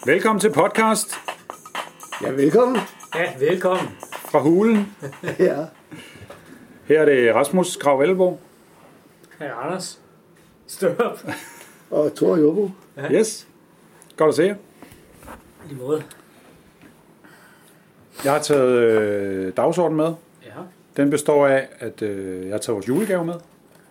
Velkommen til podcast Ja, velkommen. Ja, velkommen. fra Hulen. Ja. Her er det Rasmus Grav Elleborg. Hej, Anders. Støp. Og Thor Jobbo. Ja. Yes. Godt at se jer. I måde. Jeg har taget dagsordenen med. Ja. Den består af, at jeg har taget vores julegave med.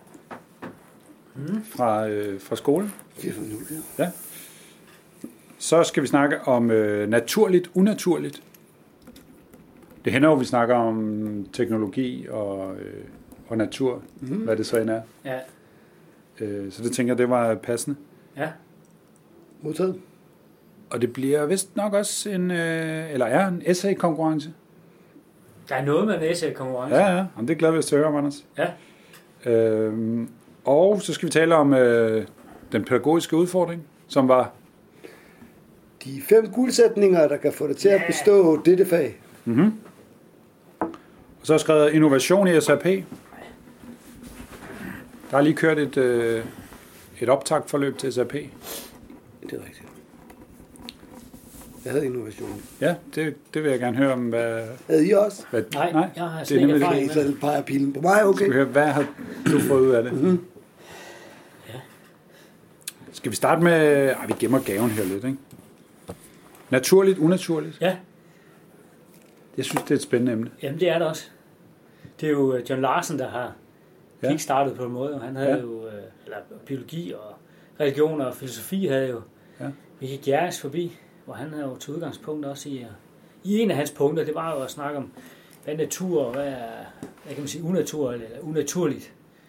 Fra skolen. Det er for nu, Ja. Så skal vi snakke om naturligt, unaturligt. Det hænder jo, vi snakker om teknologi og natur, hvad det så end er. Ja. Så det tænker jeg, det var passende. Ja. Modtaget. Og det bliver vist nok også en essay-konkurrence. Der er noget med en essay-konkurrence. Ja. Jamen, det glæder vi os til at høre om, Anders. Ja. Og så skal vi tale om den pædagogiske udfordring, som var... De 5 guldsætninger, der kan få dig til at bestå dette fag. Og så har jeg skrevet innovation i SAP. Der har lige kørt et optagtforløb til SAP. Det er rigtigt. Jeg havde innovation. Ja, det vil jeg gerne høre om, hvad... Havde I også? Nej, jeg har det er slet ikke nemlig erfaring det. med det. Så peger pilen på mig, okay? Skal vi høre, hvad har du fået ud af det? Ja. Skal vi starte med... vi gemmer gaven her lidt, ikke? Naturligt, unaturligt. Ja, Jeg synes, det er et spændende emne. jamen det er det også. Det er jo John Larsen, der har Ja. kickstartet på en måde. Han havde jo, eller biologi og religion og filosofi havde jo. Ja. Vi gik Jerris forbi, hvor han havde jo til udgangspunkt også i en af hans punkter, det var jo at snakke om, hvad er natur, og hvad kan man sige, unatur eller unaturligt.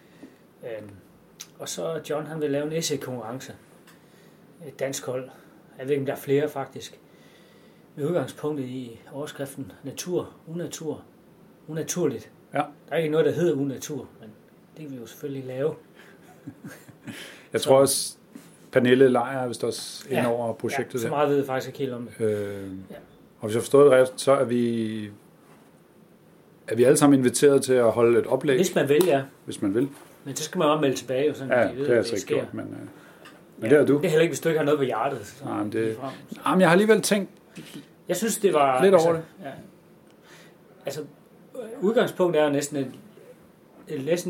Og så John, han vil lave en essay-konkurrence. Et dansk hold. Jeg ved ikke, om der er flere faktisk. Med udgangspunktet i overskriften natur, unatur, unaturligt. Ja. Der er ikke noget, der hedder unatur, men det kan vi jo selvfølgelig lave. Jeg tror også, Pernille Lejer er vist også ind over projektet ja, så der. meget ved jeg faktisk ikke helt om det. Og hvis jeg forstår det rigtigt, så er vi alle sammen inviteret til at holde et oplæg, Hvis man vil, ja. hvis man vil. Men så skal man også melde tilbage, og sådan, Ja, at de ved, det har jeg at så ikke sker. gjort, men det har du. Det er heller ikke, hvis du ikke har noget på hjertet. Så Nej, men ligefrem. Jamen, jeg har alligevel tænkt Jeg synes, det var... lidt over det. Ja. Altså, udgangspunktet er jo næsten næsten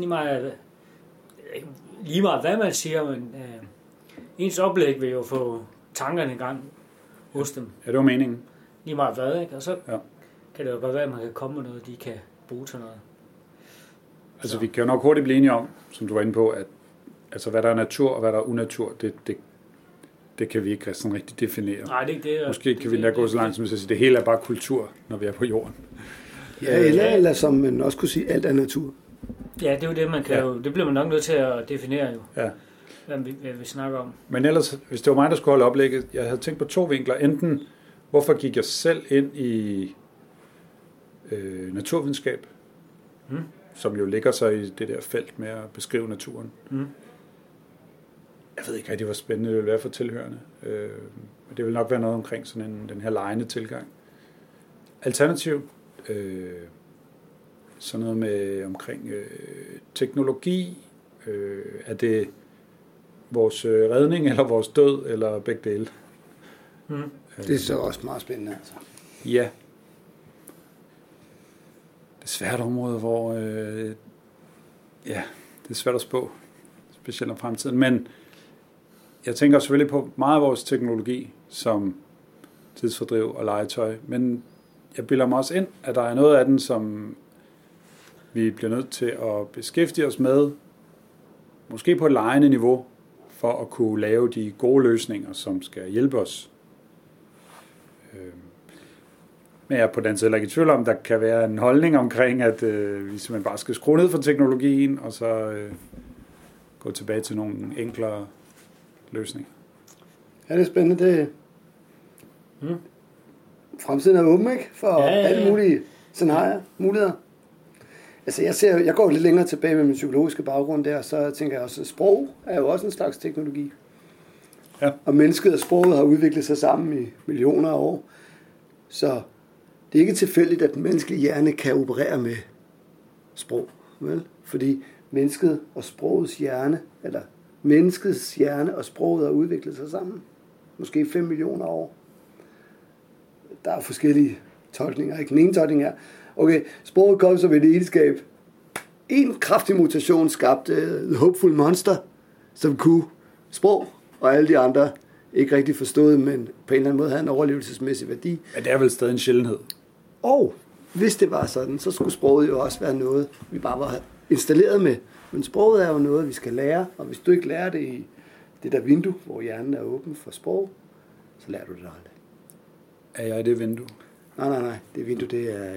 lige meget, hvad man siger, men ens oplæg vil jo få tankerne i gang hos dem. Ja, det var meningen. Lige meget hvad, ikke? Og så Ja. kan det jo godt være, at man kan komme med noget, de kan bruge til noget. Altså, vi kan jo nok hurtigt blive enige om, som du var inde på, at altså, hvad der er natur og hvad der er unatur, det kan vi ikke sådan rigtig definere. Nej, det er ikke det. Måske kan vi da gå så langt, som at sige, det hele er bare kultur, når vi er på jorden. Ja, eller som man også kunne sige, alt er natur. Ja, det er jo det, man kan jo... Det bliver man nok nødt til at definere jo, Ja. hvad vi snakker om. Men ellers, hvis det var mig, der skulle holde oplægget, jeg havde tænkt på 2 vinkler. Enten, hvorfor gik jeg selv ind i naturvidenskab, som jo ligger sig i det der felt med at beskrive naturen. Jeg ved ikke rigtig, hvor spændende det vil være for tilhørende. Men det vil nok være noget omkring sådan den her legende tilgang. Alternativ, sådan noget med omkring teknologi. Er det vores redning, eller vores død, eller begge dele? Det er så også meget spændende, altså. Ja. Det er svært område, hvor det er svært at spå, specielt om fremtiden. Men jeg tænker selvfølgelig på meget af vores teknologi som tidsfordriv og legetøj, men jeg bilder mig også ind, at der er noget af den, som vi bliver nødt til at beskæftige os med, måske på et legende niveau, for at kunne lave de gode løsninger, som skal hjælpe os. Men jeg er på den side ikke i tvivl om, der kan være en holdning omkring, at vi simpelthen bare skal skrue ned for teknologien, og så gå tilbage til nogle enklere løsninger. Ja, det er spændende. Det Fremtiden er åben, ikke? For alle mulige scenarier, muligheder. Altså, jeg går lidt længere tilbage med min psykologiske baggrund der, så tænker jeg også, at sprog er jo også en slags teknologi. Ja. Og mennesket og sproget har udviklet sig sammen i millioner af år. Så det er ikke tilfældigt, at den menneskelige hjerne kan operere med sprog. Vel? Fordi mennesket og sprogets hjerne, eller menneskets hjerne og sproget har udviklet sig sammen. Måske 5 millioner år. der er forskellige tolkninger. Ikke? Den ene tolkning er, okay, sproget kom som et egenskab. En kraftig mutation skabte The Hopeful Monster, som kunne sprog, og alle de andre ikke rigtig forstået, men på en eller anden måde havde en overlevelsesmæssig værdi. Ja, det er vel stadig en sjældenhed. Og hvis det var sådan, så skulle sproget jo også være noget, vi bare var installeret med. Men sproget er jo noget, vi skal lære, og hvis du ikke lærer det i det der vindue, hvor hjernen er åben for sprog, så lærer du det aldrig. Er jeg i det vindue? Nej. Det vindue, det er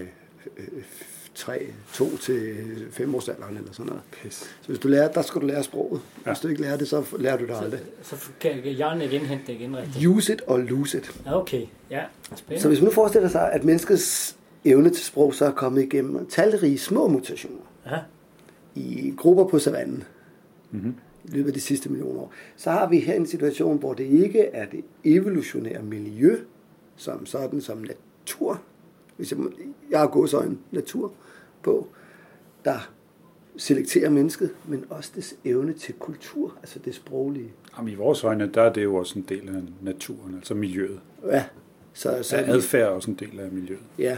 2 til 5 års alderen eller sådan noget. Pis. Så hvis du lærer, der skal du lære sproget. Ja. Hvis du ikke lærer det, så lærer du det aldrig. Så kan hjernen ikke indhente det igen rigtigt. Use it og lose it. Okay, ja. Spændende. Så hvis man nu forestiller sig, at menneskets evne til sprog så er kommet igennem talrige små mutationer i grupper på savannen i løbet af de sidste millioner år, så har vi her en situation, hvor det ikke er det evolutionære miljø, som sådan som natur, hvis jeg har gåseøjne natur på, der selekterer mennesket, men også dets evne til kultur, altså det sproglige. Jamen, i vores øjne, der er det jo også en del af naturen, altså miljøet. Ja. Så adfærd er også en del af miljøet. Ja.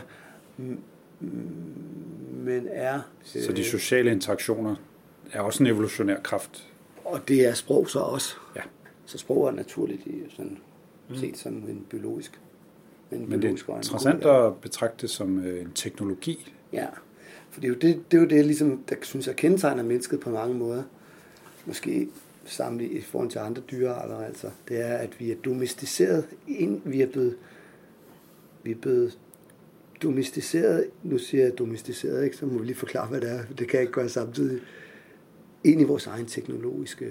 Men så de sociale interaktioner er også en evolutionær kraft. Og det er sprog så også. Ja. Så sprog er naturligt i sådan, set sådan en biologisk. Men det er interessant at betragte det som en teknologi. Ja, for det er jo det ligesom, der synes jeg kendetegner mennesket på mange måder. Måske sammenlignet i forhold til andre dyrearter, altså. Det er, at vi er domesticeret. Vi er blevet domesticeret. Nu siger jeg domesticeret, ikke? Så må vi lige forklare, hvad det er. Det kan jeg ikke gøre samtidig. Ind i vores egen teknologiske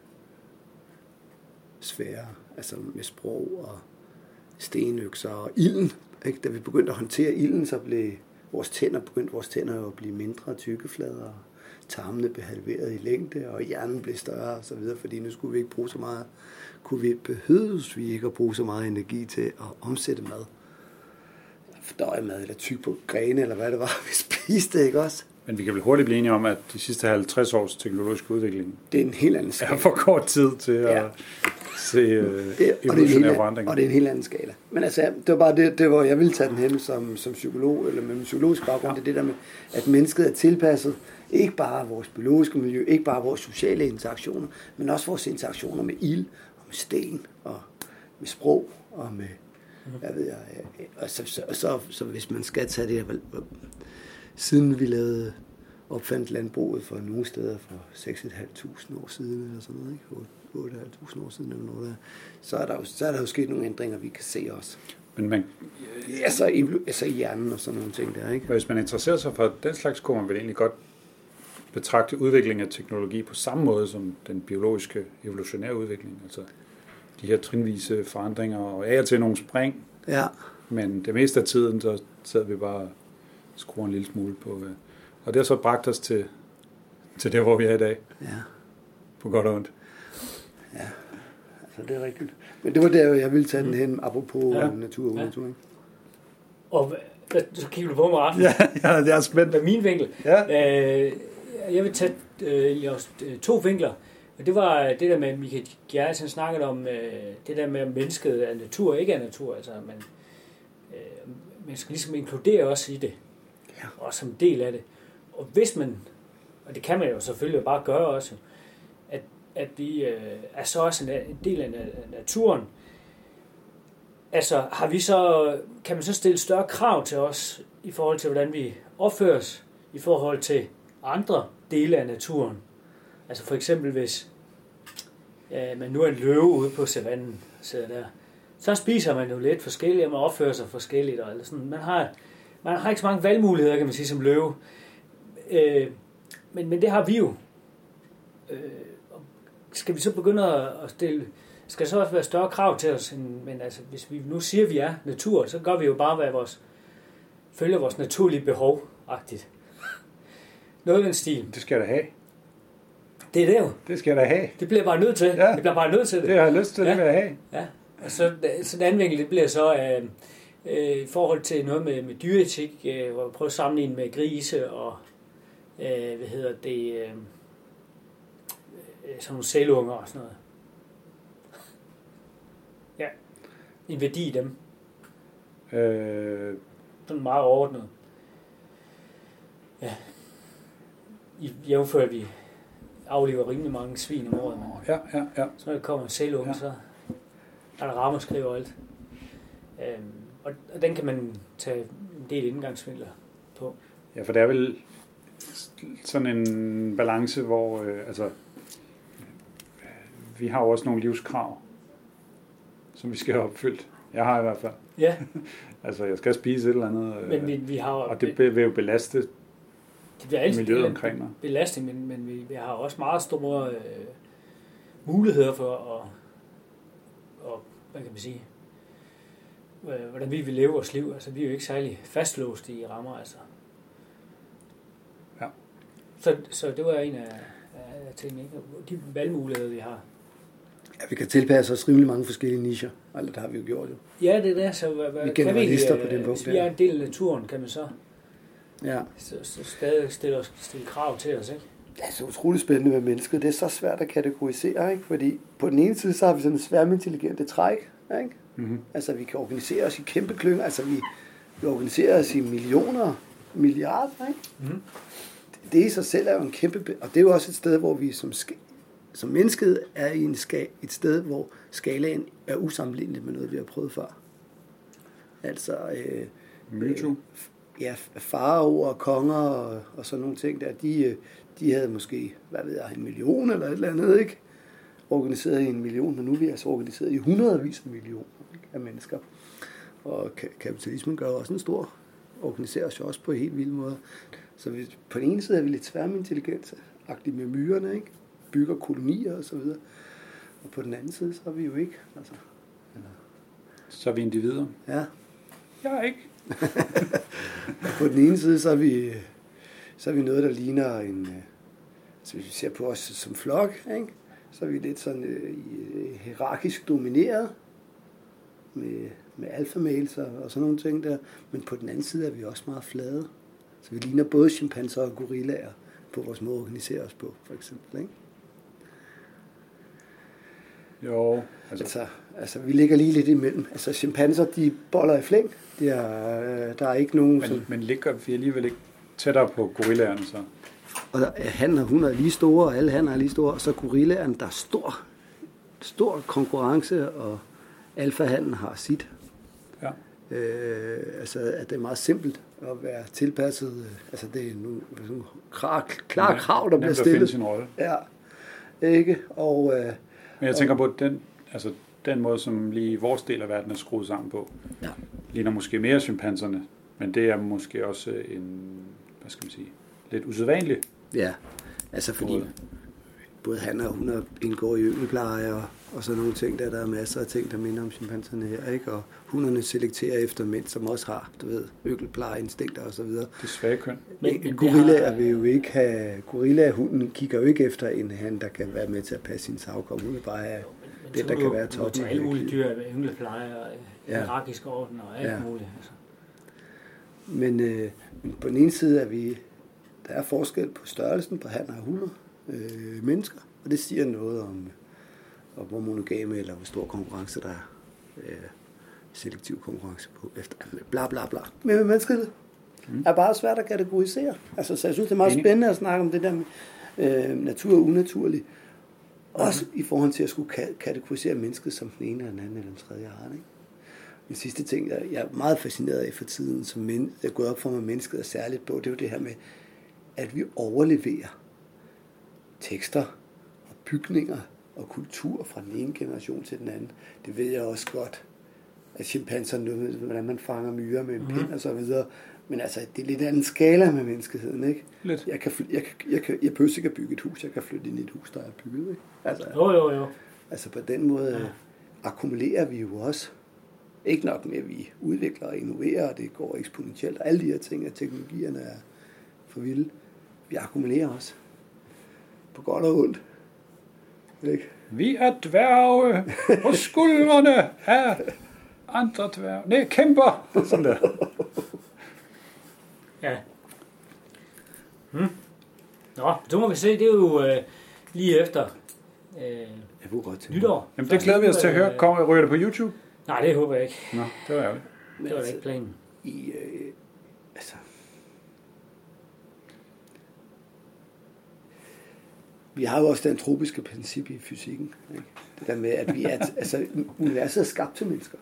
sfære, altså med sprog og stenøkser og ilden. Ikke? Da vi begyndte at håndtere ilden, så blev vores tænder at blive mindre tykkeflader, tarmene blev halveret i længde, og hjernen blev større og så videre, fordi nu skulle vi ikke bruge så meget, behøves vi ikke at bruge så meget energi til at omsætte mad. Fordøje mad, eller tyk på grene, eller hvad det var, vi spiste, ikke også? Men vi kan vel hurtigt blive enige om, at de sidste 50 års teknologiske udvikling det er en helt anden skala. Er for kort tid til at se evolutionære forandringer. Og det er en helt anden skala. Men altså, det var bare det hvor jeg ville tage den hen som psykolog, eller med min psykologisk baggrund, det er det der med, at mennesket er tilpasset, ikke bare vores biologiske miljø, ikke bare vores sociale interaktioner, men også vores interaktioner med ild, og med sten, og med sprog, og med, jeg ved jeg, og så hvis man skal tage det her, siden vi opfandt landbruget for nogle steder for 6.500 år siden, eller sådan noget, ikke? 8.500 år siden, eller noget der, så er der jo sket nogle ændringer, vi kan se også. Men altså i hjernen og sådan nogle ting der, ikke? Hvis man interesserer sig for den slags, kunne man vel egentlig godt betragte udvikling af teknologi på samme måde som den biologiske evolutionære udvikling, altså de her trinvise forandringer, og af og til nogle spring, ja. Men det meste af tiden, så sad vi bare skruer en lille smule på. Og det har så bragt os til der, hvor vi er i dag. Ja. På godt og ondt. Ja, altså det er rigtigt. Men det var der, jeg ville tage den hen, apropos natur og natur. Ikke? Og så kigger du på mig ret. Ja, det er spændt. Med min vinkel. Ja. Jeg vil tage to vinkler. Det var det der med, Michael Gertsen snakkede om, det der med, at mennesket er natur, ikke er natur. Altså, man skal ligesom inkludere os i det. Ja. Og som del af det. Og hvis man, og det kan man jo selvfølgelig bare gøre også, at vi er så også en del af naturen. Altså, kan man så stille større krav til os, i forhold til, hvordan vi opfører os, i forhold til andre dele af naturen. Altså for eksempel, hvis man nu er en løve ude på savannen, så spiser man jo lidt forskelligt, og man opfører sig forskelligt. Og sådan. Man har ikke så mange valgmuligheder, kan man sige, som løve. Men det har vi jo. Skal vi så begynde at stille... Skal der så også være større krav til os? Men altså, hvis vi nu siger, at vi er natur, så gør vi jo bare, hvad følger vores naturlige behov-agtigt. Noget af den stil. Det skal jeg da have. Det er det jo. Det skal jeg da have. Det bliver bare nødt til. Ja. Det bliver bare nødt til det. Det har jeg lyst til, det vil jeg have. Ja. Og så den anden vinkel, det bliver så i forhold til noget med dyreetik, hvor vi prøver at sammenligne med grise og sådan nogle sælunger og sådan noget. Ja. En værdi i dem. Sådan meget overordnet. Ja. Jævnfør, at vi aflever rimelig mange svin om året. Ja. Så når det kommer en sælunge, så er der ramaskrig og alt. Og den kan man tage en del indgangsvinkler på. Ja, for det er vel sådan en balance, hvor vi har jo også nogle livskrav, som vi skal have opfyldt. Jeg har i hvert fald. Ja. Altså, jeg skal spise et eller andet, men vi har, og det vil jo belaste det bliver altid miljøet omkring mig. Belastning, men vi har også meget store muligheder for at hvad kan man sige, hvordan vi vil leve vores liv. Altså, vi er jo ikke særlig fastlåst i rammer, altså. Ja. Så det var en af tingene, ikke? De valgmuligheder, vi har. Ja, vi kan tilpasse os rimelig mange forskellige nicher. Altså, det har vi jo gjort, jo. Ja, det er det. Så vi generalister på den punkt. Hvis vi er en del af naturen, kan man så, ja. så stadig stille krav til os, ikke? Det er så utroligt spændende med mennesket. Det er så svært at kategorisere, ikke? Fordi på den ene side, så har vi sådan en sværmintelligente træk, ikke? Mm-hmm. Altså, vi kan organisere os i kæmpe klynger. Altså, vi organiserer os i millioner, milliarder, ikke? Mm-hmm. Det i sig selv er jo en kæmpe... Og det er jo også et sted, hvor vi som mennesket er i et sted, hvor skalaen er usammenlignelig med noget, vi har prøvet før. Altså... ja, faraoer og konger og sådan nogle ting der, de havde måske, hvad ved jeg, 1 million eller et eller andet, ikke? Organiseret i 1 million, men nu er vi altså organiseret i hundredvis af millioner, ikke? Af mennesker. Og kapitalismen gør også en stor, organiserer sig også på en helt vild måde. Så på den ene side er vi lidt sværmintelligente-agtige med myrerne, ikke? Bygger kolonier og så videre. Og på den anden side, så er vi jo ikke. Altså, så er vi individer. Ja. Jeg er ikke. På den ene side, så er vi noget, der ligner en... Altså, hvis vi ser på os som flok, ikke? Så er vi lidt sådan hierarkisk domineret med alfamales og sådan nogle ting der. Men på den anden side er vi også meget flade. Så vi ligner både chimpanser og gorillaer på vores måde at organisere os på, for eksempel, ikke? Jo. Altså, vi ligger lige lidt imellem. Altså, chimpanser, de boller i flæng. Der er ikke nogen... Men ligger vi alligevel ikke tættere på gorillaerne, så? Og han og hun er lige store, og alle hanner er lige store. Og så gorillaerne, der er stor konkurrence, og alfahannen har sit. Ja. Altså, at det er meget simpelt at være tilpasset. Altså, det er nogle klare krav, der bliver stillet. Nemt at finde sin rolle. Ja, ikke? Og... Men jeg tænker på, den måde, som lige vores del af verden er skruet sammen på, ligner måske mere chimpanserne, men det er måske også lidt usædvanligt. Ja, altså fordi både han og hun indgår i yngelpleje og sådan nogle ting, der er masser af ting, der minder om chimpanserne her, ikke? Og hunderne selekterer efter mænd, som også har, yngelplejeinstinkter og så videre. Det svage køn. Gorillaer vil jo ikke have... Gorillahunden kigger jo ikke efter en han, der kan være med til at passe sin savkom. Hun vil bare have det, der kan være toppen. Alle mulige dyr med yngelpleje og hierarkisk orden og alt muligt. Altså. Men på den ene side der er forskel på størrelsen på hanner og hunder, mennesker, og det siger noget om hvor monogame eller hvor stor konkurrence der er, selektiv konkurrence på, efter bla bla bla. Men mennesket er bare svært at kategorisere. Altså, så jeg synes, det er meget spændende at snakke om det der med natur og unaturligt. Også i forhold til at skulle kategorisere mennesket som den ene eller den anden eller den tredje art, ikke? Den sidste ting, jeg er meget fascineret af for tiden, som er gået op for mig, mennesket er særligt på, det er jo det her med, at vi overleverer tekster og bygninger og kultur fra den ene generation til den anden. Det ved jeg også godt, at chimpanserne ved, hvordan man fanger myrer med en pind og så videre. Men altså, det er lidt anden skala med menneskeheden, ikke? Lidt. Jeg behøver ikke at bygge et hus, jeg kan flytte ind i et hus, der er bygget, ikke? Altså, jo. Altså på den måde akkumulerer vi jo også. Ikke nok med, at vi udvikler og innoverer, og det går eksponentielt, og alle de her ting, at teknologierne er for vilde. Vi akkumulerer også. På godt og ondt. Ikke? Vi er dværge på skuldrene af andre dværge. Nej, kæmper. Sådan der. Ja. Nå, så må vi se. Det er jo lige efter jeg kunne godt nytår. Jamen, det glæder vi os til at høre. Ryger det på YouTube? Nej, det håber jeg ikke. Nå, det var ærgerligt. Det var da ikke planen. Altså, vi har jo også det antropiske princip i fysikken. Ikke? Det der med, at vi er, altså, universet er skabt til mennesker.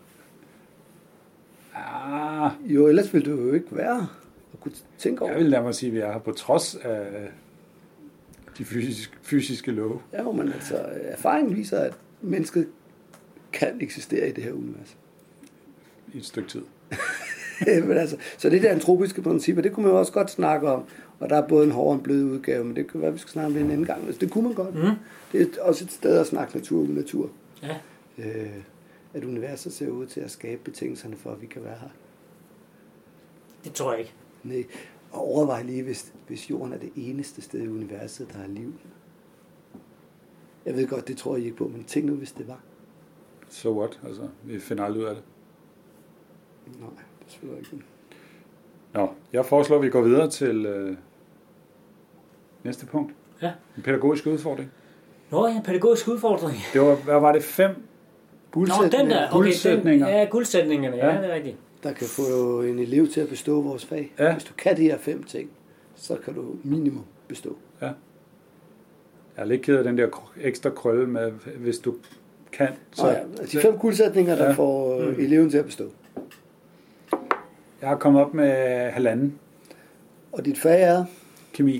Jo, ellers ville du jo ikke være og kunne tænke over. Jeg vil nærmere sige, at vi er her på trods af de fysiske love. Ja, men altså, erfaringen viser, at mennesket kan eksistere i det her univers. I et stykke tid. Men altså, så det der antropiske princip, det kunne man jo også godt snakke om. Og der er både en hård og en blød udgave, men det kan være, vi skal snakke om det en anden gang. Altså, det kunne man godt. Det er også et sted at snakke natur uden natur. Ja. At universet ser ud til at skabe betingelserne for, at vi kan være her. Det tror jeg ikke. Nej. Og overvej lige, hvis jorden er det eneste sted i universet, der er liv. Jeg ved godt, det tror jeg ikke på, men tænk nu, hvis det var. So what? Altså, vi finder aldrig ud af det. Nej, det er selvfølgelig ikke. Nå, jeg foreslår, at vi går videre til næste punkt. Ja. En pædagogisk udfordring. Nå, en pædagogisk udfordring. Det var, hvad var det? 5 guldsætninger? Nå, den der. Okay, guldsætninger. Ja, guldsætningerne. Ja, det er rigtigt. Der kan få en elev til at bestå vores fag. Ja. Hvis du kan de her 5 ting, så kan du minimum bestå. Ja. Jeg er lidt ked af den der ekstra krølle med, hvis du kan. Så, de 5 guldsætninger, der får eleven til at bestå. Jeg har kommet op med 1,5. Og dit fag er? Kemi.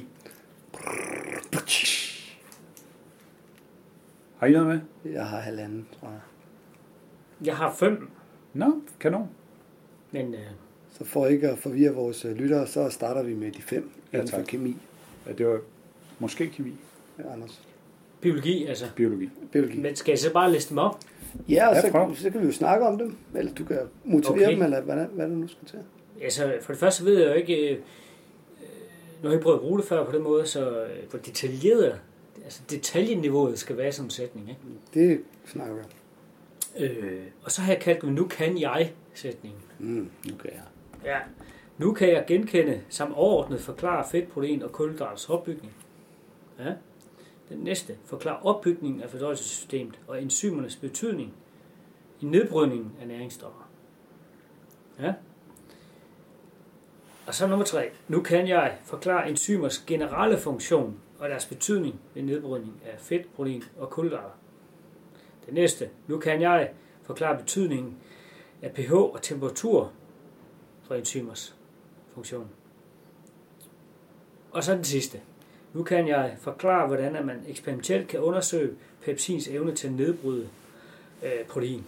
Har I noget med? Jeg har 1,5, tror jeg. Jeg har 5. Nå, kanon. Men så for ikke at forvirre vores lyttere, så starter vi med de 5 inden for kemi. Ja, det var måske kemi. Ja, Anders. Biologi, altså. Biologi. Men skal jeg så bare liste dem op? Ja, og så kan vi jo snakke om dem. Eller du kan motivere dem, eller hvad du nu skal til. Altså, for det første ved jeg jo ikke, nu har jeg prøvet at bruge det før på den måde, så hvor detaljeret, altså detaljeniveauet skal være som sætning, ikke? Det snakker vi om. Og så har jeg kaldt dem, nu kan jeg sætningen. Nu kan jeg. Ja. Nu kan jeg genkende samt overordnet forklare fedtprotein og kulhydrats opbygning. Ja. Den næste forklarer opbygningen af fordøjelsessystemet og enzymernes betydning i nedbrydningen af næringsstoffer. Ja. Og så nummer 3. Nu kan jeg forklare enzymers generelle funktion og deres betydning ved nedbrydning af fedt, protein og kulhydrater. Det næste. Nu kan jeg forklare betydningen af pH og temperatur for enzymers funktion. Og så den sidste. Nu kan jeg forklare, hvordan man eksperimentelt kan undersøge pepsins evne til at nedbryde protein.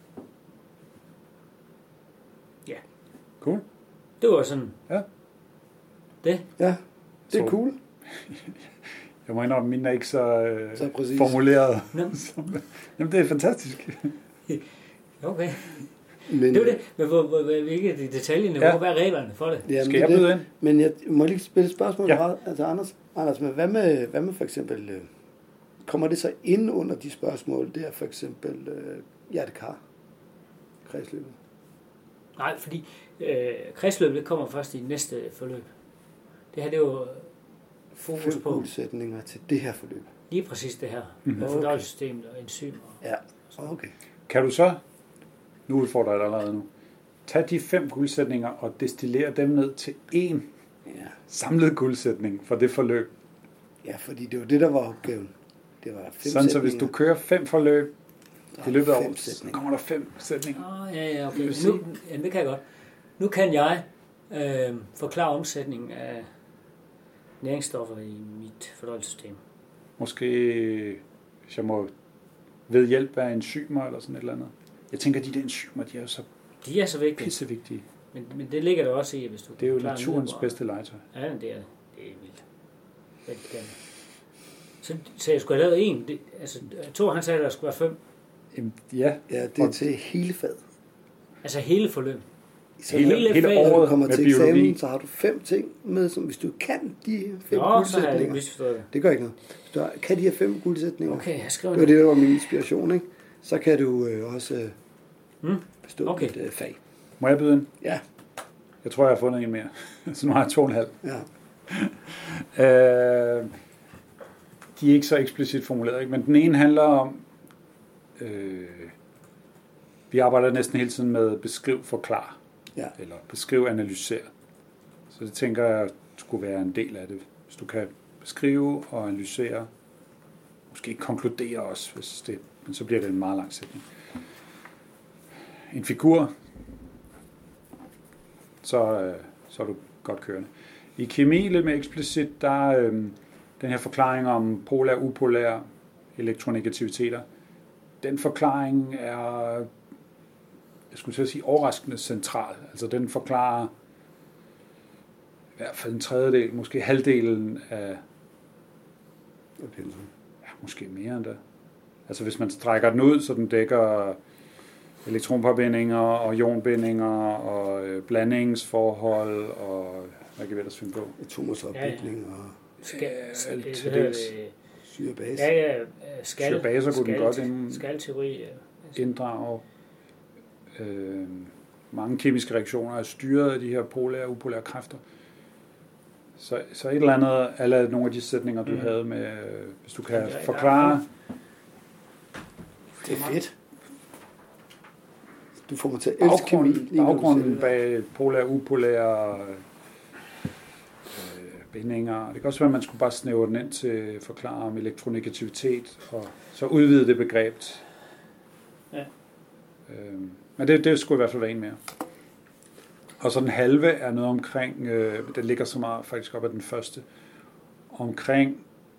Ja. Cool. Det var sådan. Ja. Det er cool. Jeg må indrømme, mine er ikke så formuleret. Jamen, det er fantastisk. Okay. Men, det er det. Men hvilke detaljerne? Hvor er reglerne for det? Ja, skal jeg byde ind? Men jeg må lige spille et spørgsmål til Anders, men hvad med for eksempel, kommer det så ind under de spørgsmål, der for eksempel hjertekar, kredsløbet? Nej, fordi kredsløbet kommer først i næste forløb. Det her, det er jo fokus på guldsætninger til det her forløb. Lige præcis det her. Med fordøjelsessystemet og enzymer. Ja, okay. Kan du så, nu udfordrer jeg dig allerede nu, tage de 5 guldsætninger og destillere dem ned til en samlet guldsætning for det forløb? Ja, fordi det var det, der var opgaven. Det var 5 sådan, sætninger. så hvis du kører 5 forløb i løbet af året, så kommer der 5 sætninger. Ja, okay. Nu, det kan jeg godt. Nu kan jeg forklare omsætningen af næringsstoffer i mit fordøjelsessystem. Måske, hvis jeg må ved hjælp af enzymer eller sådan et eller andet. Jeg tænker, de der enzymer, de er så vigtige. Pissevigtige. Men det ligger der også i, hvis du det er jo naturens bedste legetøj. Ja, det er vildt. Så jeg skulle have lavet en. Thor, han sagde, at der skulle være 5. Jamen, ja, det er til hele faget. Altså hele forløb. Så hele året, når du kommer til eksamen, så har du 5 ting med, som hvis du kan de 5 guldsætninger. Det gør ikke noget. Hvis du kan de her 5 guldsætninger. Okay, jeg skriver det var det, der var min inspiration, ikke? Så kan du også bestå et fag. Må jeg byde ind? Ja. Jeg tror, jeg har fundet en mere. Så nu har jeg 2,5. Ja. De er ikke så eksplicit formuleret, ikke? Men den ene handler om, vi arbejder næsten hele tiden med beskriv, forklar. Ja. Eller beskrive, analysere. Så det tænker jeg skulle være en del af det. Hvis du kan beskrive og analysere, måske konkludere også, hvis det, men så bliver det en meget lang sætning. En figur, så er du godt kørende. I kemi, lidt mere eksplicit, der den her forklaring om polær, upolær elektronegativiteter, den forklaring er, jeg skulle til at sige, overraskende central. Altså den forklarer i hvert fald en tredjedel, måske halvdelen af, ja, måske mere end det. Altså hvis man strækker den ud, så den dækker elektronparbindinger og ionbindinger og blandingsforhold og hvad kan vi ellers finde på? Atomers opbygning og syrebase. Ja, syrebaser kunne den godt skalteori. Inddrage. Mange kemiske reaktioner er styret af de her polære og upolære kræfter. Så et eller andet, alle nogle af de sætninger, du havde med, hvis du kan forklare. Det er fedt. Du får mig til at elske kemi. Baggrunden bag polære og upolære bindinger. Det kan også være, at man skulle bare snævre den ind til at forklare om elektronegativitet, og så udvide det begreb. Ja. Men det skulle i hvert fald være en mere. Og så den halve er noget omkring, den ligger så meget faktisk op af den første, omkring,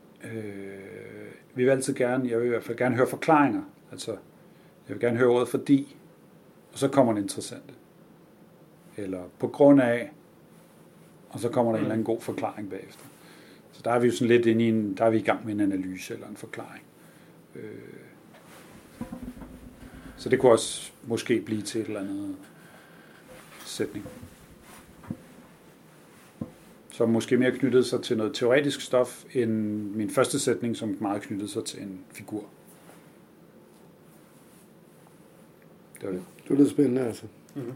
jeg vil i hvert fald gerne høre forklaringer. Altså, jeg vil gerne høre ordet fordi, og så kommer det interessante. Eller på grund af, og så kommer der en eller anden god forklaring bagefter. Så der er vi jo sådan lidt inde i der er vi i gang med en analyse eller en forklaring. Så det kunne også måske blive til et eller andet sætning. Som måske mere knyttede sig til noget teoretisk stof, end min første sætning, som meget knyttede sig til en figur. Det var det. Det er lidt spændende, altså. Mm-hmm.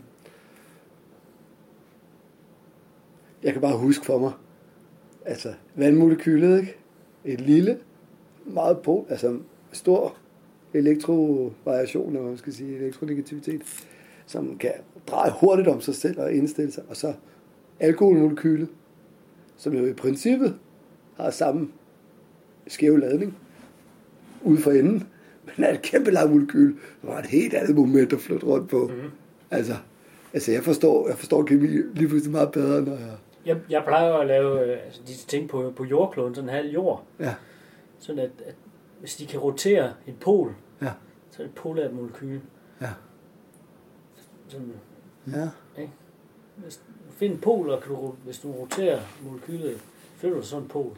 Jeg kan bare huske for mig, altså vandmolekylet, ikke? Et lille, meget stor elektrovariation, eller hvad man skal sige, elektronegativitet, som kan dreje hurtigt om sig selv og indstille sig, og så alkoholmolekylet, som jo i princippet har samme skæve ladning ude for enden, men er et kæmpe langt molekyl, der var et helt andet moment at flytte rundt på. Mm-hmm. Altså jeg forstår kemi lige pludselig meget bedre, når jeg plejer at lave disse ting på jordkloden, sådan en halv jord. Ja. Sådan at hvis de kan rotere en pol, ja, så er det et polært molekyl. Ja. Sådan, ja. Ikke? Find en pol, og hvis du roterer molekylet, flytter du sådan en pol.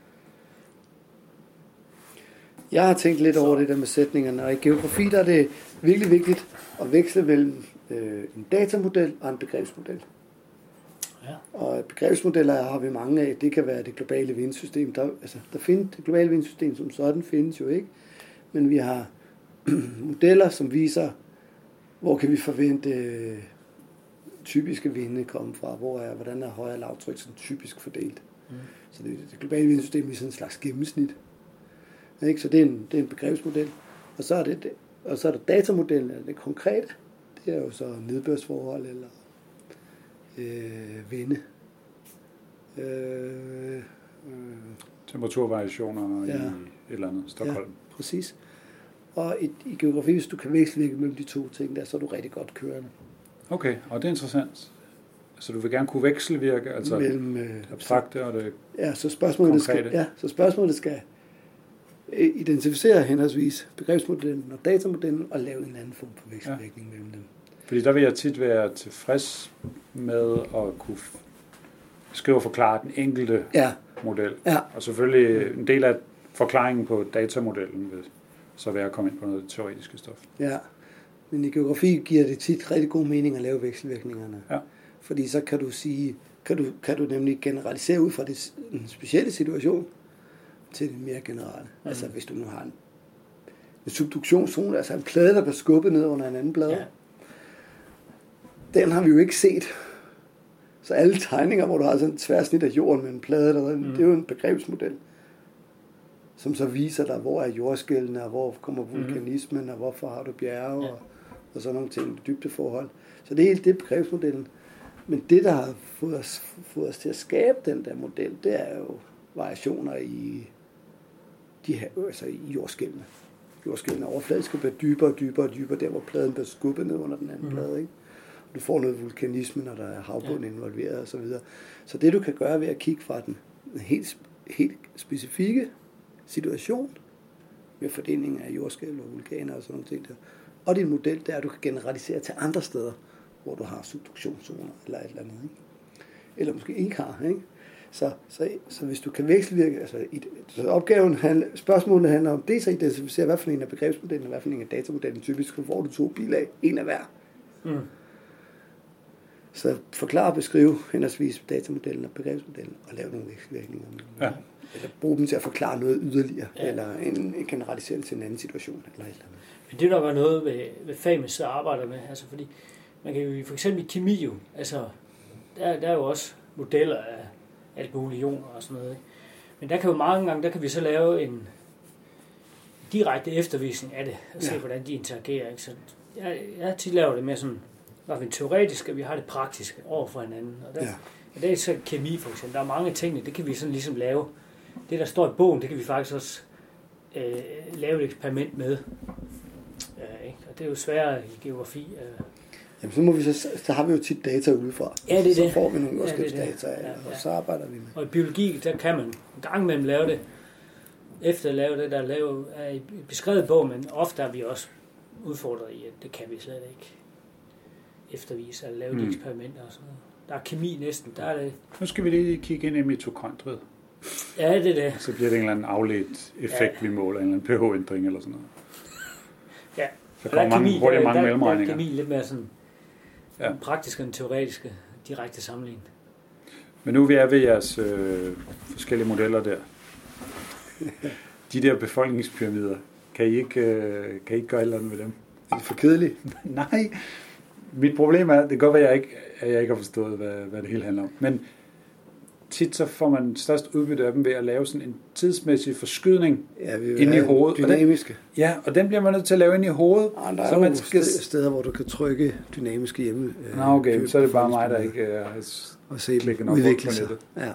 Jeg har tænkt lidt over det der med sætningerne, og i geografi der er det virkelig vigtigt at veksle mellem en datamodel og en begrebsmodel. Ja. Og begrebsmodeller har vi mange af. Det kan være det globale vindsystem. Der findes det globale vindsystem som sådan findes jo ikke. Men vi har modeller, som viser, hvor kan vi forvente typiske vinde komme fra, hvordan er højere lavtryk sådan typisk fordelt. Mm. Så det globale vindsystem er sådan en slags gennemsnit. Ikke? Så det er en begrebsmodel. Og så er der datamodellen, det konkrete. Det er jo så nedbørsforhold eller vinde. Temperaturvariationer i et eller andet Stockholm. Ja, præcis. Og i geografi, hvis du kan veksle mellem de to ting der, så er du rigtig godt kørende. Okay, og det er interessant. Så du vil gerne kunne vekselvirke, altså mellem abstrakte og det konkrete? Så spørgsmålet skal identificere henholdsvis begrebsmodellen og datamodellen og lave en anden form for vekselvirkning mellem dem. Fordi der vil jeg tit være tilfreds med at kunne skrive og forklare den enkelte model. Ja. Og selvfølgelig en del af forklaringen på datamodellen vil så være at komme ind på noget teoretiske stof. Ja, men i geografi giver det tit rigtig god mening at lave vekselvirkningerne. Ja. Fordi så kan du sige, kan du nemlig generalisere ud fra en specielle situation til det mere generelle. Mm. Altså hvis du nu har en subduktionszone, altså en plade, der bliver skubbet ned under en anden plade. Ja. Den har vi jo ikke set. Så alle tegninger, hvor du har sådan et tværsnit af jorden med en plade, det er jo en begrebsmodel, som så viser dig, hvor er jordskældene, og hvor kommer vulkanismen, og hvorfor har du bjerge, og sådan nogle ting, dybdeforhold. Så det er helt det begrebsmodellen. Men det, der har fået os til at skabe den der model, det er jo variationer i de her, altså i jordskælvene. Jordskælvene overfladiske bliver dybere og dybere og dybere, der hvor pladen bliver skubbet ned under den anden plade, ikke? Og du får noget vulkanisme, når der er havbund involveret og så videre. Så det du kan gøre ved at kigge fra den helt specifikke situation med fordelingen af jordskælv og vulkaner og sådan nogle ting der, og din model der, du kan generalisere til andre steder, hvor du har subduktionszoner eller et eller andet, ikke? Eller måske ikke har, ikke? Så hvis du kan vekselvirke, altså spørgsmålet handler om dels at identificere, hvad for en af begrebsmodellen og hvad for en af datamodellen, typisk får du 2 bilag, en af hver. Så forklare og beskrive henholdsvis datamodellen og begrebsmodellen og lave nogle vekselvirkninger. Ja. Eller bruge dem til at forklare noget yderligere, eller en generalisering til en anden situation, eller et eller andet. Men det er nok være noget ved fag, så arbejder med, altså fordi man kan jo for eksempel i kemi jo, altså der er jo også modeller af alt mulige ioner og sådan noget, ikke? Men der kan jo mange gange, der kan vi så lave en direkte eftervisning af det, og se hvordan de interagerer, ikke? Så jeg tit laver det med sådan, når vi er teoretisk, og vi har det praktiske over for hinanden, og der er så kemi for eksempel, der er mange ting, det kan vi sådan ligesom lave. Det der står i bogen, det kan vi faktisk også lave et eksperiment med, ikke? Og det er jo sværere i geografi. Jamen så har vi jo tit data udefra. Ja, det er så får vi nogle jordskælvsdata, og så arbejder vi med. Og i biologi, der kan man en gang imellem lave det, efter at lave det, der er i beskrevet bog, men ofte er vi også udfordret i, at det kan vi slet ikke eftervise, at lave de eksperimenter og sådan noget. Der er kemi næsten, der er det. Nu skal vi lige kigge ind i mitokondriet. Ja, det er det. Så bliver det en eller anden afledt effekt, vi måler, en eller anden pH-ændring eller sådan noget. Ja. Så kommer mange mellemregninger. Der er kemi lidt mere sådan praktiske og teoretiske direkte sammenligning. Men nu er ved jeres forskellige modeller der. De der befolkningspyramider, kan I ikke gøre et eller andet med dem? Er det for kedeligt? Nej. Mit problem er, det kan godt være, at jeg ikke har forstået, hvad det hele handler om. Men tit så får man størst udbytte af dem ved at lave sådan en tidsmæssig forskydning ind i hovedet. Dynamiske. Og den bliver man nødt til at lave ind i hovedet. Der er jo steder, hvor du kan trykke dynamiske hjemme. Okay, så er det bare mig, der ikke har klikket nok på nettet. Ja.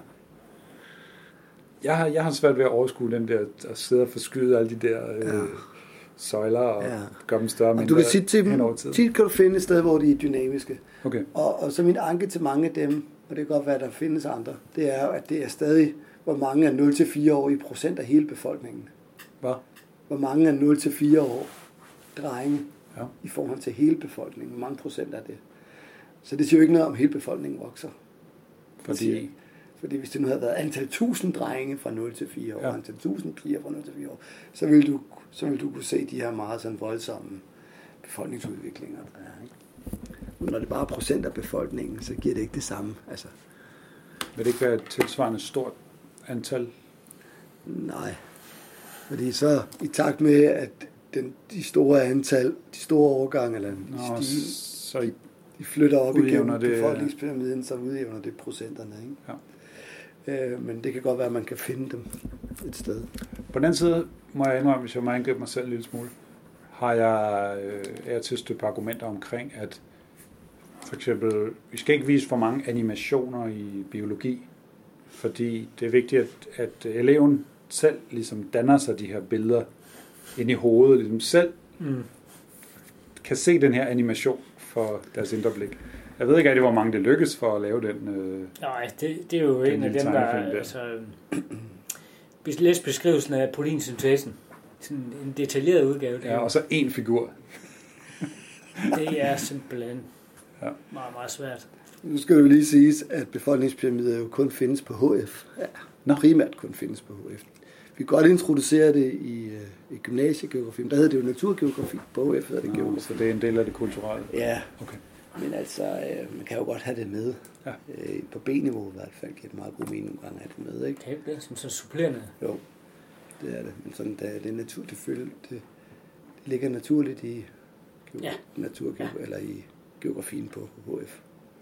Jeg har svært ved at overskue den der, at sidde og forskyde alle de der søjler og gøre dem større. Og du kan sige til dem, tit kan du finde et sted, hvor de er dynamiske. Okay. Og så min anke til mange af dem, og det kan godt være, at der findes andre, det er jo, at det er stadig, hvor mange er 0-4 år i procent af hele befolkningen. Hvad? Hvor mange er 0-4 år drenge i forhold til hele befolkningen. Hvor mange procent er det? Så det siger jo ikke noget om, at hele befolkningen vokser. Fordi hvis det nu havde været antal 1000 drenge fra 0-4 år, og antal 1000 piger fra 0-4 år, så ville du kunne se de her meget sådan voldsomme befolkningsudviklinger. Men når det bare er procent af befolkningen, så giver det ikke det samme. Altså. Vil det ikke være et tilsvarende stort antal? Nej. Fordi så i takt med, at de store antal, de store årgange, eller de flytter op igennem befolkningspyramiden, så udjævner det procenterne. Ikke? Ja. Men det kan godt være, at man kan finde dem et sted. På den side må jeg indrømme, hvis jeg må angribe mig selv en lille smule, har jeg til støtte på argumenter omkring, at for eksempel, vi skal ikke vise for mange animationer i biologi, fordi det er vigtigt, at eleven selv ligesom danner sig de her billeder ind i hovedet, ligesom selv kan se den her animation for deres indre blik. Jeg ved ikke rigtig, hvor mange det lykkes for at lave den. Nej, det er jo en af dem, der altså, læs beskrivelsen af proteinsyntesen. Sådan en detaljeret udgave. Ja, og så én figur. Det er simpelthen meget, meget svært. Nu skal det jo lige siges, at befolkningspyramider jo kun findes på HF. Ja, primært kun findes på HF. Vi kan godt introducere det i gymnasiegeografi, men der hedder det jo naturgeografi. På HF hedder det geografi. Så det er en del af det kulturelle? Ja, okay. Men altså, man kan jo godt have det med. Ja. På B-niveau i hvert fald giver det meget god mening nogle gange at have det med. Ikke? Det er som så supplerende. Jo, det er det. Men sådan, det er natur, det ligger naturligt i eller i geografien på HF.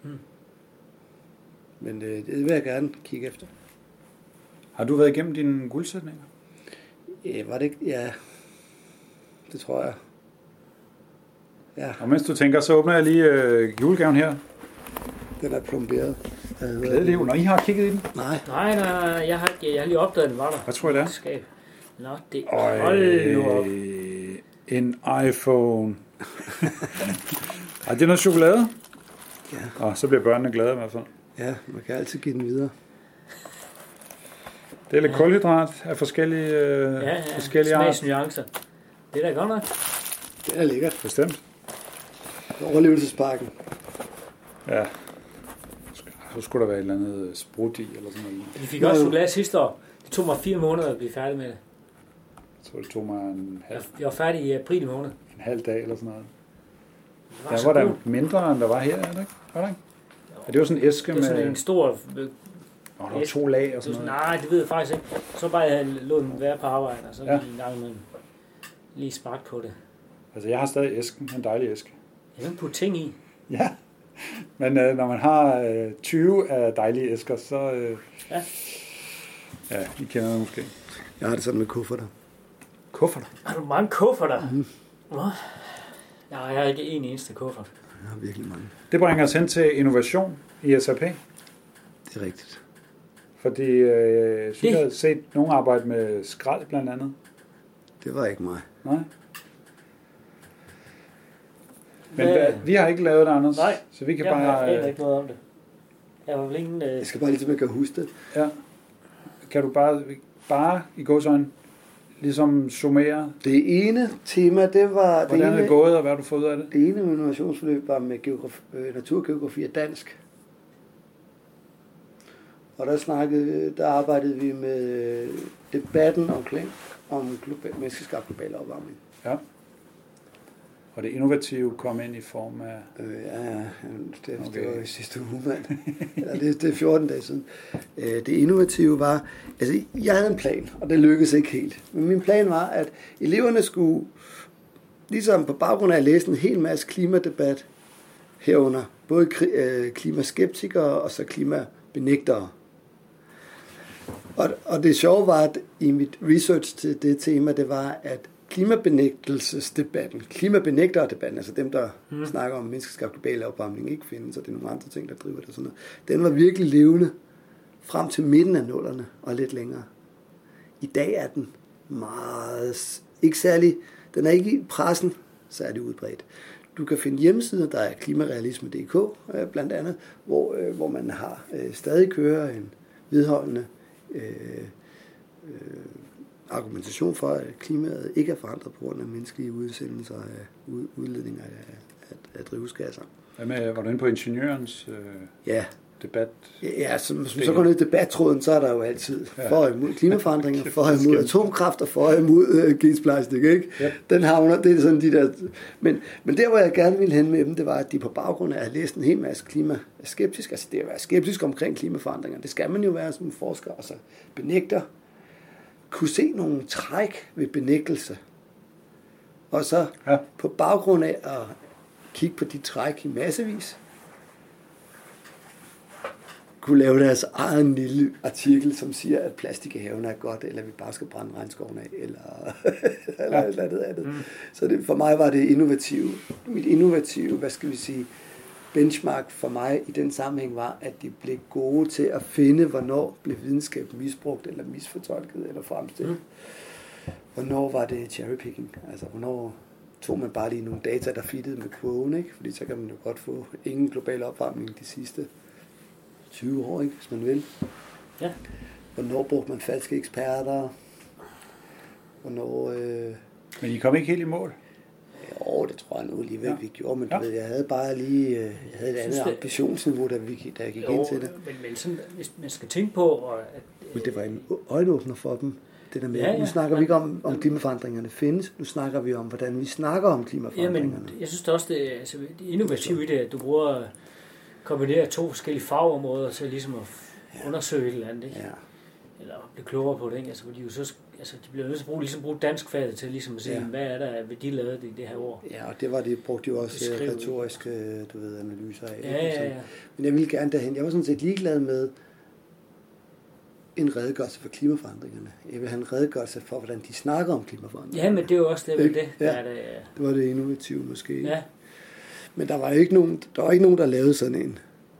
Men det vil jeg gerne kigge efter. Har du været igennem dine guldsætninger? Ja, var det ikke? Ja, det tror jeg. Ja. Og mens du tænker, så åbner jeg lige julegaven her. Den er plomberet. Glædelig jul. Når I har kigget i den? Nej. Nej, jeg har lige opdaget, den var der. Hvad tror I, det er? Skab. Nå, det hold nu op. En iPhone. Ej, det er noget chokolade. Ja. Og så bliver børnene glade i hvert fald. Ja, man kan altid give den videre. Det er lidt kulhydrat af forskellige, forskellige arter. Smagsnuancer. Det er da godt nok. Det er lækkert. Bestemt. Overlevelsespakken. Ja. Så skulle der være et eller andet sprut i, eller sådan noget. Vi fik også chokolade sidste år. Det tog mig 4 måneder at blive færdig med det. Så det tog mig en Jeg var færdig i april måned. halv dag eller sådan noget. Det Der var der mindre, end der var her, er det ikke? Var der ikke? Og det var sådan en æske med... Det er sådan en stor... der var 2 lag og sådan noget. Nej, det ved jeg faktisk ikke. Så bare jeg lod den være på arbejde, og så lige en gang imellem lige smagt på det. Altså, jeg har stadig æsken. En dejlig æske. Jeg kan putte ting i. Ja. Men når man har 20 af dejlige æsker, så... Ja, I kender det måske. Jeg har det sådan med kufferter. Kufferter? Har du mange kufferter? Nå. Nej, jeg har ikke en eneste kuffert. Jeg har virkelig mange. Det bringer os hen til innovation i SAP. Det er rigtigt. Fordi jeg synes, jeg har set nogen arbejde med skrald blandt andet. Det var ikke mig. Nej. Men vi har ikke lavet det, Anders. Nej, så vi kan jeg bare... har ikke noget om det. Jeg var vel ingen... Jeg skal bare lige til, at man kan huske det. Ja. Kan du bare i gåseøjne ligesom summere? Det ene tema, det var... Hvordan er det gået, og hvad har du fået ud af det? Det ene innovationsforløb var med naturgeografi og dansk. Og der arbejdede vi med debatten om menneskeskabt global opvarmning. Ja. Og det innovative kom ind i form af... Det var i sidste uge, mand. Ja, det er 14 dage siden. Det innovative var... Altså, jeg havde en plan, og det lykkedes ikke helt. Men min plan var, at eleverne skulle, ligesom på baggrund af at læse en hel masse klimadebat, herunder både klimaskeptikere og så klimabenægtere. Og det sjove var, at i mit research til det tema, det var, at klimabenægterdebatten, altså dem, der snakker om menneskeskabt global opvarmning, ikke findes, og det er nogle andre ting, der driver det og sådan noget, den var virkelig levende frem til midten af 00'erne og lidt længere. I dag er den meget, ikke særlig, den er ikke i pressen særlig udbredt. Du kan finde hjemmesider, der er klimarealisme.dk blandt andet, hvor man har stadig kører en vedholdende argumentation for, at klimaet ikke er forandret på grund af menneskelige udsendelser af udledninger af drivhusgasser. Hvad med, var du inde på ingeniørens debat? Ja, så går ned i debattråden, så er der jo altid for og imod klimaforandringer, for og imod atomkraft og for og imod gensplastik, ikke? Ja. Den havner, det er sådan de der... Men der, hvor jeg gerne ville hen med dem, det var, at de på baggrund af at have læst en hel masse klimaskeptisk, altså det at være skeptisk omkring klimaforandringer, det skal man jo være som forsker, altså benægter, kunne se nogle træk ved benægtelse. Og så på baggrund af at kigge på de træk i massevis, kunne lave deres egen lille artikel, som siger, at plastik i haven er godt, eller vi bare skal brænde regnskoven af, eller andet. Så det, for mig var det mit innovative, hvad skal vi sige, benchmark for mig i den sammenhæng var, at de blev gode til at finde, hvornår blev videnskab misbrugt, eller misfortolket, eller fremstillet. Hvornår var det cherrypicking? Altså, hvornår tog man bare lige nogle data, der fittede med kurven, ikke? Fordi så kan man jo godt få ingen global opvarmning de sidste 20 år, ikke? Hvis man vil. Ja. Hvornår brugte man falske eksperter? Hvornår... Men I kom ikke helt i mål? Jo, det tror jeg nu alligevel, vi gjorde, men du ved, jeg havde bare lige et andet ambitionsniveau, da jeg gik ind til det. Men sådan, hvis man skal tænke på... Men det var en øjenåbner for dem. Det der med, nu snakker vi ikke om klimaforandringerne findes, nu snakker vi om, hvordan vi snakker om klimaforandringerne. Ja, men jeg synes også, det er innovativt i det, at du bruger kombinere 2 forskellige fagområder til ligesom at undersøge et eller andet, ikke? Ja. Eller blive klogere på det, ikke? Altså, de jo så, de bliver nødt til at bruge danskfaget til ligesom at se, hvad er der, hvad de lavede i det her år. Ja, og det var det, brugte jo også retoriske, analyser af. Ja. Men jeg ville gerne derhen. Jeg var sådan set ligeglad med en redegørelse for klimaforandringerne. Jeg vil have en redegørelse for, hvordan de snakker om klimaforandringerne. Ja, men det er jo også det. Det var det innovative måske. Ja. Men der var ikke nogen, der lavede sådan en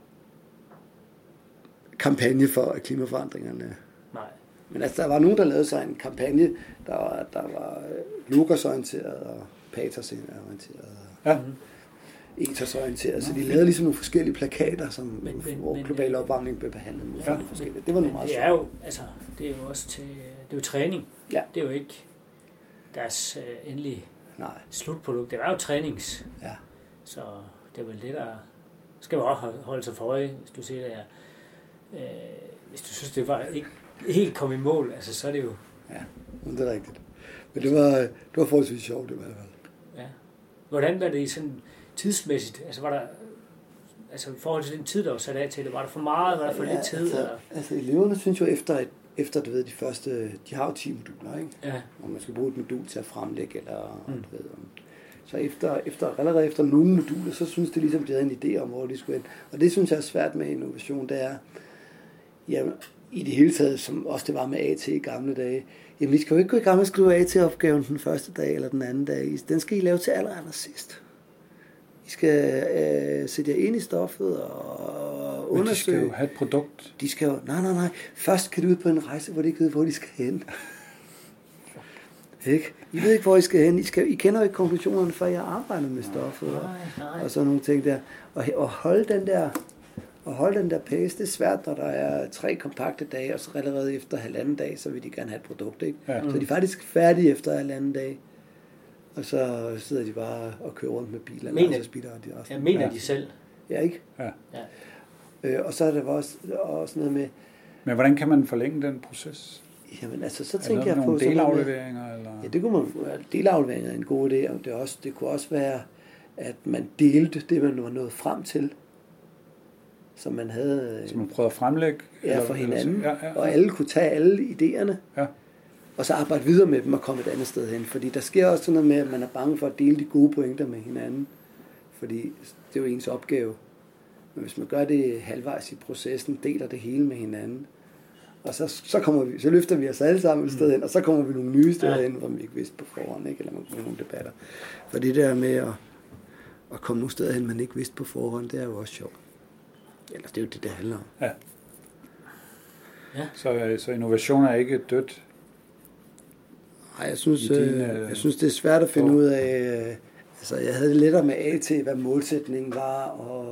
kampagne for klimaforandringerne. Nej. Men altså, der var nogen, der lavede sig en kampagne, der var logosorienteret og patosorienteret og etosorienteret. Så de lavede ligesom nogle forskellige plakater, hvor global opvarmning blev behandlet med forskellige. Det var nogle meget det er jo, altså, det er jo også det er jo træning. Ja. Det er jo ikke deres endelige Nej. slutprodukt. Det er jo trænings. Ja. Så det er vel det, der skal man også holde sig for øje, hvis du siger det her. Hvis du synes, det var ikke helt kom i mål, altså, så er det jo... Ja, det er rigtigt. Men det var forholdsvis sjovt i hvert fald. Ja. Hvordan var det i sådan tidsmæssigt? Altså, var der... Altså, i forhold til den tid, der var sat af til det, var der for meget, var der for lidt tid? Altså, eleverne synes jo efter du ved, de første... De har jo 10 moduler, ikke? Ja. Og man skal bruge et modul til at fremlægge, eller... Du ved, så allerede efter nogle moduler, så synes det ligesom, de havde en idé om, hvor de skulle ind. Og det synes jeg er svært med innovation, det er... Jamen, i det hele taget, som også det var med AT i gamle dage, jamen vi skal jo ikke gå i gang med at skrive AT-opgaven den første dag eller den anden dag. Den skal I lave til aller sidst. I skal sætte jer ind i stoffet og undersøge. Men de skal jo have et produkt. De skal jo, nej. Først kan de ud på en rejse, hvor de ikke ved, hvor de skal hen. Ikke? I ved ikke, hvor I skal hen. I kender jo ikke konklusionerne, før jeg arbejder med stoffet og sådan nogle ting der. Og holde den der pace, det er svært, når der er 3 kompakte dage, og så allerede efter 1,5 dag, så vil de gerne have et produkt, ikke? Ja. Så de er faktisk færdige efter 1,5 dag, og så sidder de bare og kører rundt med biler. Mener de selv? Ja, ikke? Ja. Og så er der også noget med... Men hvordan kan man forlænge den proces? Jamen altså, så tænker jeg på... nogle delafleveringer? Eller? Ja, det kunne man... Delafleveringer er en god idé, og det kunne også være, at man delte det, man var nået frem til, som man havde... Som man prøvede at fremlægge? For hinanden. Ja. Og alle kunne tage alle idéerne, og så arbejde videre med dem og komme et andet sted hen. Fordi der sker også sådan noget med, at man er bange for at dele de gode pointer med hinanden. Fordi det er jo ens opgave. Men hvis man gør det halvvejs i processen, deler det hele med hinanden, og så løfter vi os alle sammen et sted hen, og så kommer vi nogle nye steder hen, hvor vi ikke vidste på forhånd, ikke? Eller man kommer nogle debatter. For det der med at komme nogle steder hen, man ikke vidste på forhånd, det er jo også sjovt. Eller det er jo det handler om. Ja. Så innovation er ikke dødt? Nej, jeg synes, det er svært at finde ud af. Altså, jeg havde det lettere med AT, hvad målsætningen var,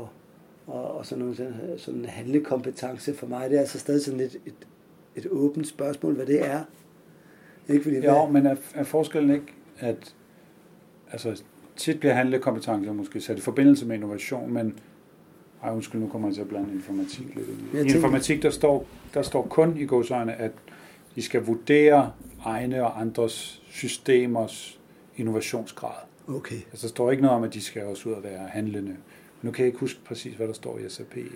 og sådan en handlekompetence for mig. Det er altså stadig sådan et åbent spørgsmål, hvad det er. Ikke fordi men er forskellen ikke, at altså, tit bliver handlekompetencer måske sat i forbindelse med innovation, men nu kommer jeg til at blande informatik lidt ind. I informatik, der står kun i gåseøjne, at de skal vurdere egne og andres systemers innovationsgrad. Okay. Altså, der står ikke noget om, at de skal også ud og være handlende. Nu kan jeg ikke huske præcis, hvad der står i SAP. Nej,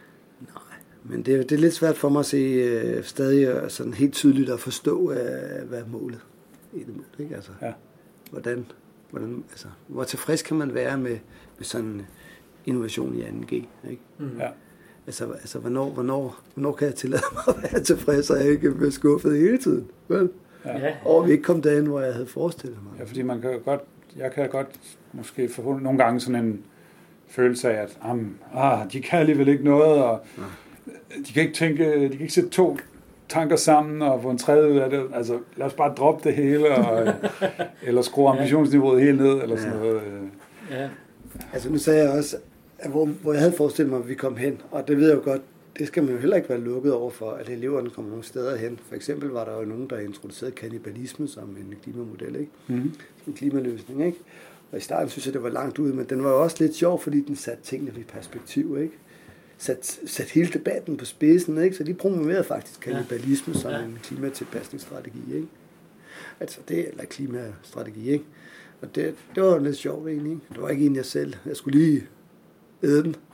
men det er lidt svært for mig at se stadig sådan helt tydeligt at forstå, hvad er målet i det mål, ikke? Altså, hvordan, altså, hvor tilfreds kan man være med sådan innovation i 2G, ikke? Ja. Altså hvornår kan jeg tillade mig at være tilfreds, og jeg ikke bliver skuffet hele tiden, vel? Ja. Og vi ikke kom derhen, hvor jeg havde forestillet mig. Ja, fordi jeg kan godt måske få nogle gange sådan en følelse af, at de kan alligevel ikke noget, og de kan ikke sætte 2 tanker sammen og få en tredje ud af det. Altså, lad os bare droppe det hele, eller skrue ambitionsniveauet helt ned, eller sådan noget. Ja. Altså, nu sagde jeg også, at hvor jeg havde forestillet mig, at vi kom hen, og det ved jeg jo godt, det skal man jo heller ikke være lukket over for, at eleverne kommer nogle steder hen. For eksempel var der jo nogen, der introducerede kannibalisme som en klimamodel, ikke? Mm-hmm. En klimaløsning, ikke? Og i starten synes jeg, det var langt ude, men den var jo også lidt sjov, fordi den satte tingene i perspektiv, ikke? Sat hele debatten på spidsen, ikke? Så de promoverede faktisk kannibalisme som en klimatilpasningsstrategi, ikke? Altså det, eller klimastrategi, ikke? Og det var lidt sjovt egentlig, ikke? Det var ikke en jeg selv. Jeg skulle lige æde den,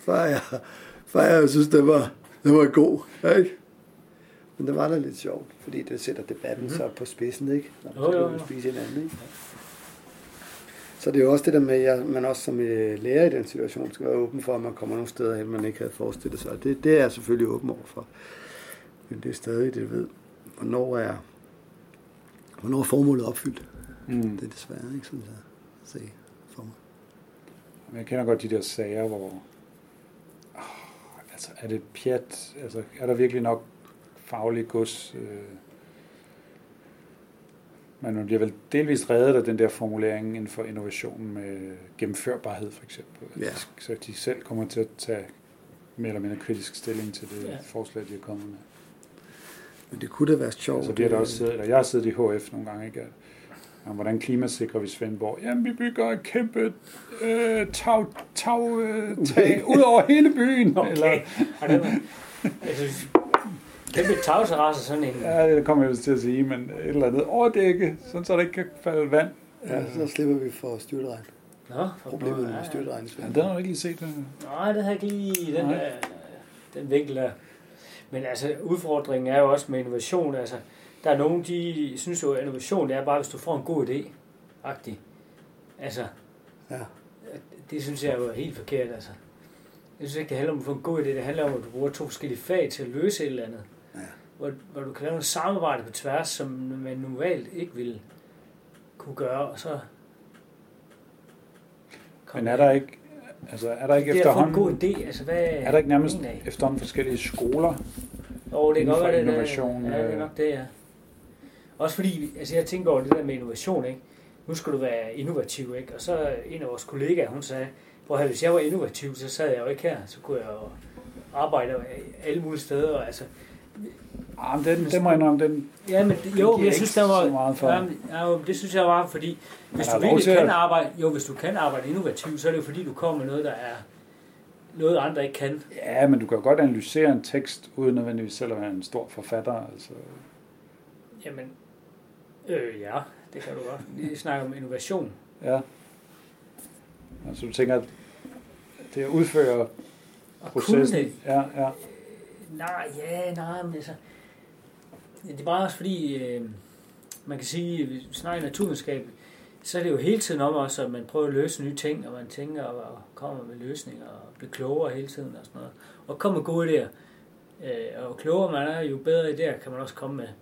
før jeg synes, det var god, ikke? Men det var da lidt sjovt, fordi det sætter debatten så på spidsen, ikke? Når man skal spise hinanden, ikke? Så det er jo også det der med, at man også som lærer i den situation skal være åben for, at man kommer nogle steder hen, man ikke havde forestillet sig. Det er jeg selvfølgelig åben over for. Men det er stadig det, ved. Hvornår er formålet opfyldt? Det er desværre ikke, synes jeg, at se for mig. Jeg kender godt de der sager, hvor altså, er det pjat? Altså, er der virkelig nok faglig gods? Men man bliver vel delvist reddet af den der formulering inden for innovationen med gennemførbarhed, for eksempel. Ja. Så de selv kommer til at tage mere eller mindre kritisk stilling til det forslag, de er kommet med. Men det kunne da være sjovt. Altså, vi har da også siddet, eller jeg har siddet i HF nogle gange, ikke? Og hvordan klimasikrer vi Svendborg? Jamen, vi bygger et kæmpe tag ud over hele byen. Okay. Eller, altså, kæmpe tagterrasse sådan en. ja, det kommer jeg vist til at sige, men et eller andet overdække, sådan så der ikke kan falde vand. Ja, så slipper vi for styrtregn. Nå, Problemet med styrtregn. Ja, den har du ikke lige set. Nej, det har jeg ikke lige den vinkel der. Men altså, udfordringen er jo også med innovation. Altså, der er nogen, de synes jo, at innovation det er bare, hvis du får en god idé. Agtig. Altså, ja. Det synes jeg jo er helt forkert. Altså. Jeg synes ikke, det handler om at få en god idé. Det handler om, at du bruger 2 forskellige fag til at løse et eller andet. Ja. Hvor du kan lave noget samarbejde på tværs, som man normalt ikke ville kunne gøre. Og så men er der ikke, efterhånden... Det er en god idé. Altså, hvad er der ikke nærmest efterhånden forskellige skoler? Jo, det er godt, innovation. Ja, det er nok det, ja. Også fordi, altså jeg tænker over det der med innovation, ikke? Nu skal du være innovativ, ikke? Og så en af vores kollegaer, hun sagde, hvis jeg var innovativ, så sad jeg jo ikke her. Så kunne jeg jo arbejde alle mulige steder, altså... Den må jeg indrømme, den... Ja, men jo, jeg synes, der var... Så meget for. Ja, det synes jeg var, fordi... Hvis du virkelig kan arbejde... Jo, hvis du kan arbejde innovativt, så er det jo fordi, du kommer med noget, der er... Noget andre ikke kan. Ja, men du kan jo godt analysere en tekst, uden nødvendigvis selv at være en stor forfatter, altså... Jamen... ja, det kan du godt. Vi snakker om innovation. Ja. Altså, du tænker, at det at udføre processen... Ja. Nej, men altså... Det er bare også fordi, man kan sige, hvis vi snakker naturvidenskab, så er det jo hele tiden om også, at man prøver at løse nye ting, og man tænker og kommer med løsninger, og bliver klogere hele tiden og sådan noget. Og kommer med gode idéer. Og klogere man er, jo bedre idéer kan man også komme med.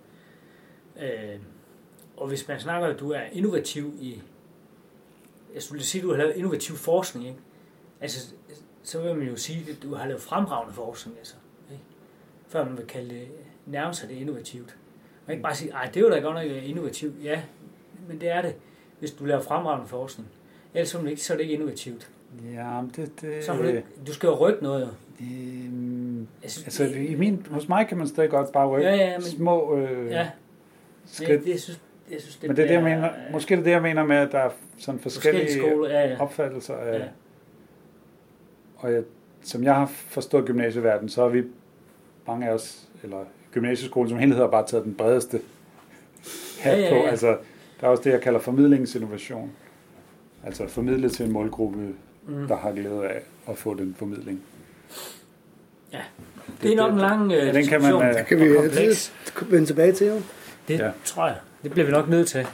Og hvis man snakker, at du er innovativ i... Jeg skulle sige, at du har lavet innovativ forskning, ikke? Altså, så vil man jo sige, at du har lavet fremragende forskning, altså. Ikke? Før man vil kalde det, nærmest sig det innovativt. Man ikke bare sige, det er jo da godt nok innovativt. Ja, men det er det, hvis du laver fremragende forskning. Ellers så er det ikke innovativt. Ja, det... Så du skal jo rykke noget, jo. Hos mig kan man stadig godt bare rykke små skridt. Jeg synes, men det er det, jeg mener, måske er det det, jeg mener med, at der er sådan forskellige opfattelser af... Ja. Og som jeg har forstået gymnasieverdenen, så har vi mange af os, eller gymnasieskolen som helhed, har bare taget den bredeste hat på. Altså, der er også det, jeg kalder formidlingsinnovation. Altså formidle til en målgruppe, der har glæde af at få den formidling. Ja, det er nok en lang diskussion. Det kan vi vende tilbage til, jo. Det tror jeg. Det bliver vi nok nødt til.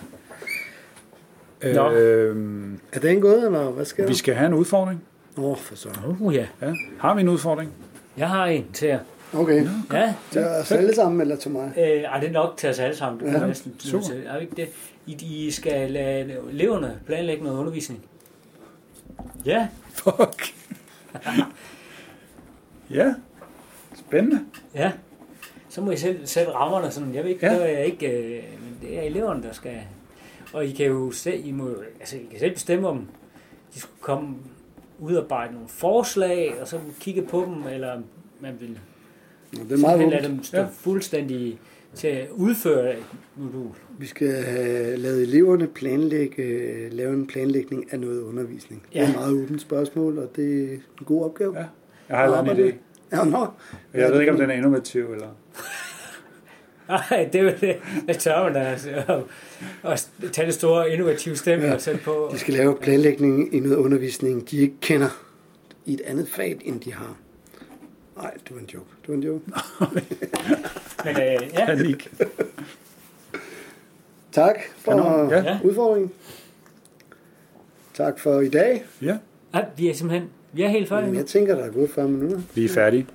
Er det en gået, eller hvad sker der? Vi skal have en udfordring. For så. Ja. Har vi en udfordring? Jeg har en til jer. Okay. Ja. Til os alle sammen, eller til mig? Det er nok til os alle sammen. Du kan næsten til. Er ikke det? I skal lade eleverne planlægge noget undervisning. Ja. Fuck. Ja. Spændende. Ja. Så må I selv sætte rammerne sådan. Jeg ved ikke, det er ikke, men det er eleverne, der skal. Og I kan jo selv, I kan selv bestemme, om de skulle komme udarbejde nogle forslag, og så kigge på dem, eller man vil det er meget lade dem stå fuldstændig til at udføre et modul. Vi skal have lavet eleverne lave en planlægning af noget undervisning. Ja. Det er et meget åbent spørgsmål, og det er en god opgave. Ja. Jeg har allerede en idé. Jeg ved ikke, om den er innovativ, eller... Nej, det er jo det. Jeg tør man da og tage det store innovative stemme og sætte på. De skal lave planlægning i noget undervisning, de ikke kender i et andet fag, end de har. Nej, det var en joke. Men Panik. Tak for udfordringen. Tak for i dag. Ja. Vi er helt færdige. Jeg tænker, der er gået 40 minutter. Vi er færdige.